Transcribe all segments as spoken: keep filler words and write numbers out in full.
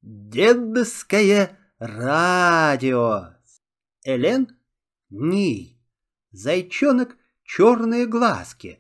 Дедовское радио. Элен Ни. Зайчонок черные глазки.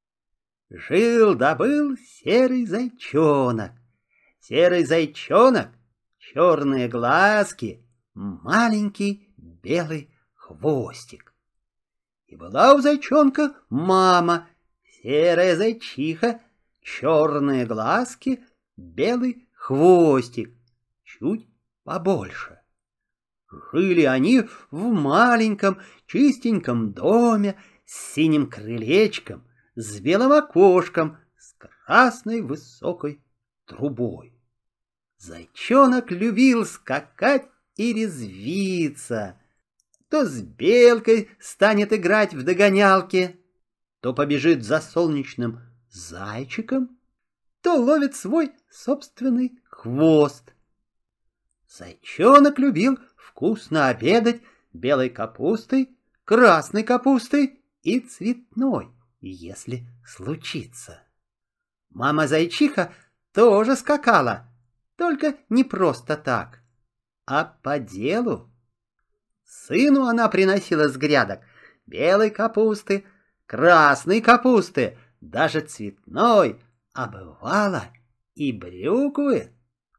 Жил-да-был серый зайчонок. Серый зайчонок, черные глазки, маленький белый хвостик. И была у зайчонка мама, серая зайчиха, черные глазки, белый хвостик, чуть побольше. Жили они в маленьком чистеньком доме с синим крылечком, с белым окошком, с красной высокой трубой. Зайчонок любил скакать и резвиться. То с белкой станет играть в догонялки, то побежит за солнечным зайчиком, то ловит свой собственный хвост. Зайчонок любил вкусно обедать белой капустой, красной капустой и цветной, если случится. Мама-зайчиха тоже скакала, только не просто так, а по делу. Сыну она приносила с грядок белой капусты, красной капусты, даже цветной, а бывало и брюквы.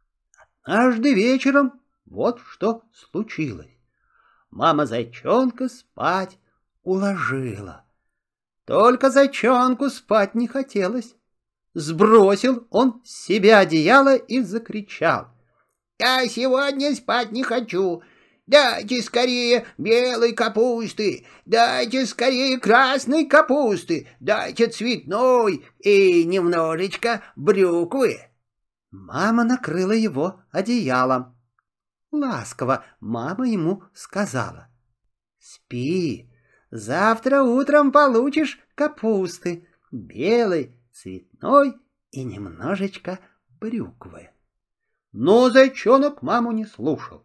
Однажды вечером вот что случилось. Мама зайчонка спать уложила. Только зайчонку спать не хотелось. Сбросил он с себя одеяло и закричал: «Я сегодня спать не хочу! Дайте скорее белой капусты, дайте скорее красной капусты, дайте цветной и немножечко брюквы!» Мама накрыла его одеялом. Ласково мама ему сказала: «Спи, завтра утром получишь капусты, белой, цветной и немножечко брюквы». Но зайчонок маму не слушал.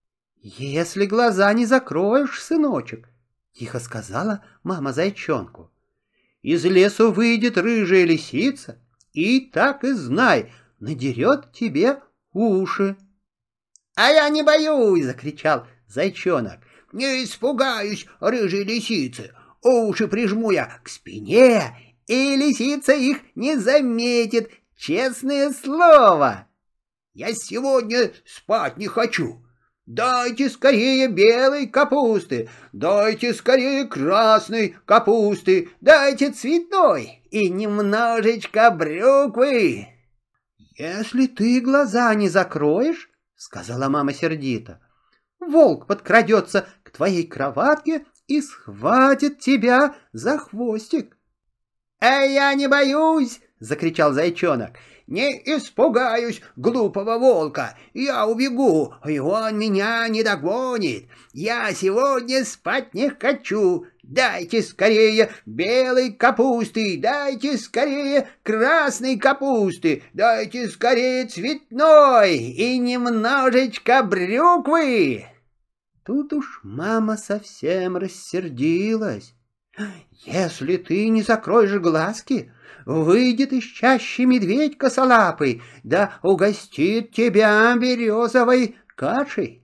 «Если глаза не закроешь, сыночек, — тихо сказала мама зайчонку, — из лесу выйдет рыжая лисица, и так и знай, надерет тебе уши». «А я не боюсь! — закричал зайчонок. — Не испугаюсь рыжей лисицы. Уши прижму я к спине, и лисица их не заметит, честное слово. Я сегодня спать не хочу. Дайте скорее белой капусты, дайте скорее красной капусты, дайте цветной и немножечко брюквы». «Если ты глаза не закроешь, — сказала мама сердито, — волк подкрадется к твоей кроватке и схватит тебя за хвостик». «А я не боюсь! — закричал зайчонок. — Не испугаюсь глупого волка. Я убегу, и он меня не догонит. Я сегодня спать не хочу. Дайте скорее белой капусты, дайте скорее красной капусты, дайте скорее цветной и немножечко брюквы». Тут уж мама совсем рассердилась. «Если ты не закроешь глазки, выйдет из чащи медведь косолапый, да угостит тебя березовой кашей».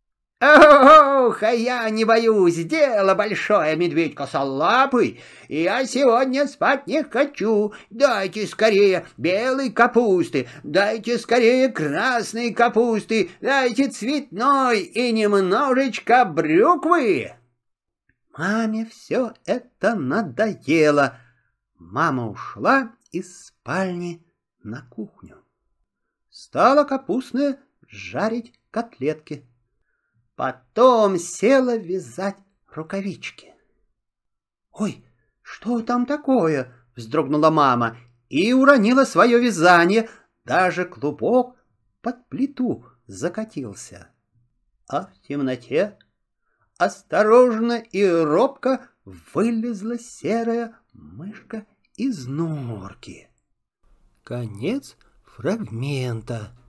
«Ох, а я не боюсь, дело большое, медведь косолапый, я сегодня спать не хочу. Дайте скорее белой капусты, дайте скорее красной капусты, дайте цветной и немножечко брюквы». Маме все это надоело. Мама ушла из спальни на кухню. Стала капустная жарить котлетки. Потом села вязать рукавички. «Ой, что там такое?» — вздрогнула мама и уронила свое вязание. Даже клубок под плиту закатился. А в темноте осторожно и робко вылезла серая мышка из норки. Конец фрагмента.